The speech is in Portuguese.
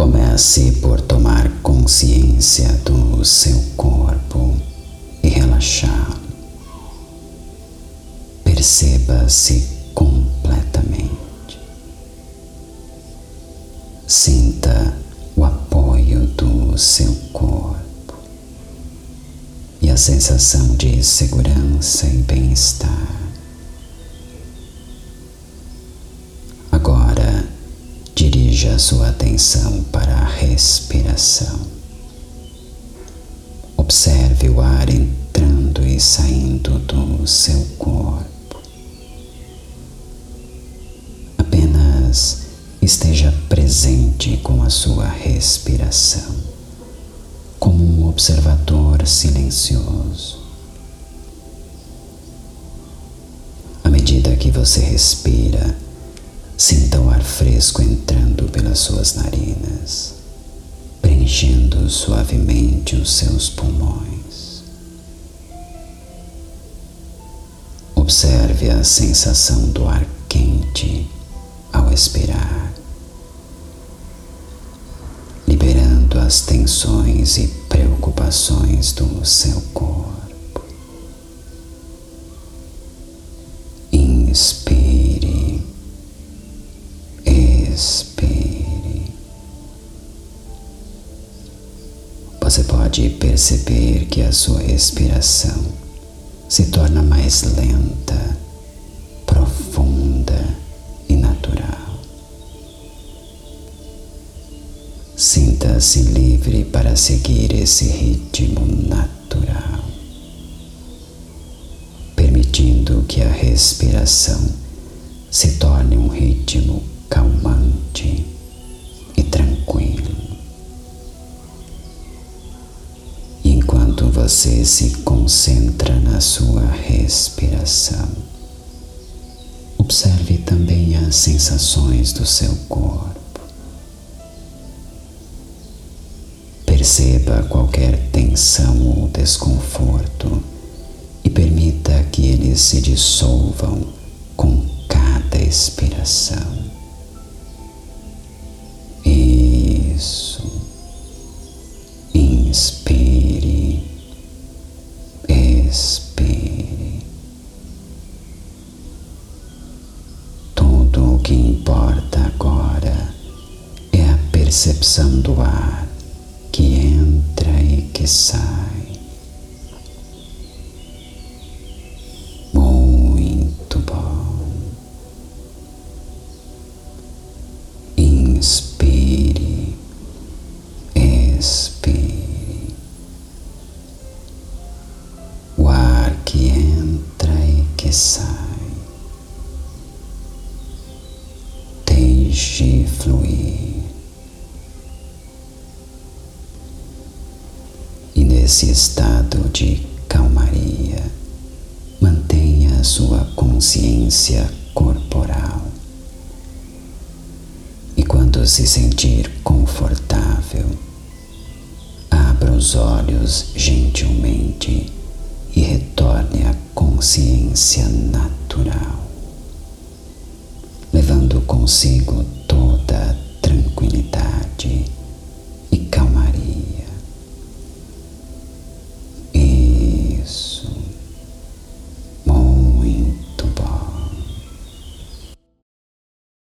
Comece por tomar consciência do seu corpo e relaxá-lo. Perceba-se completamente. Sinta o apoio do seu corpo e a sensação de segurança e bem-estar. Agora, dirija sua atenção para a respiração. Observe o ar entrando e saindo do seu corpo. Apenas esteja presente com a sua respiração, como um observador silencioso. À medida que você respira, sinta o ar fresco entrando pelas suas narinas, preenchendo suavemente os seus pulmões. Observe a sensação do ar quente ao expirar, liberando as tensões e preocupações do seu corpo. Inspire, expire. Você pode perceber que a sua respiração se torna mais lenta, profunda e natural. Sinta-se livre para seguir esse ritmo natural, permitindo que a respiração se torne um ritmo calmante e tranquilo. E enquanto você se concentra na sua respiração, observe também as sensações do seu corpo. Perceba qualquer tensão ou desconforto e permita que eles se dissolvam com cada expiração. Isso. Inspire, expire. Tudo o que importa agora é a percepção do ar que entra e que sai. Muito bom. Inspire, expire. O ar que entra e que sai. Deixe fluir. E nesse estado de calmaria, mantenha sua consciência corporal. E quando se sentir confortável, abra os olhos gentilmente e retorne à consciência natural, levando consigo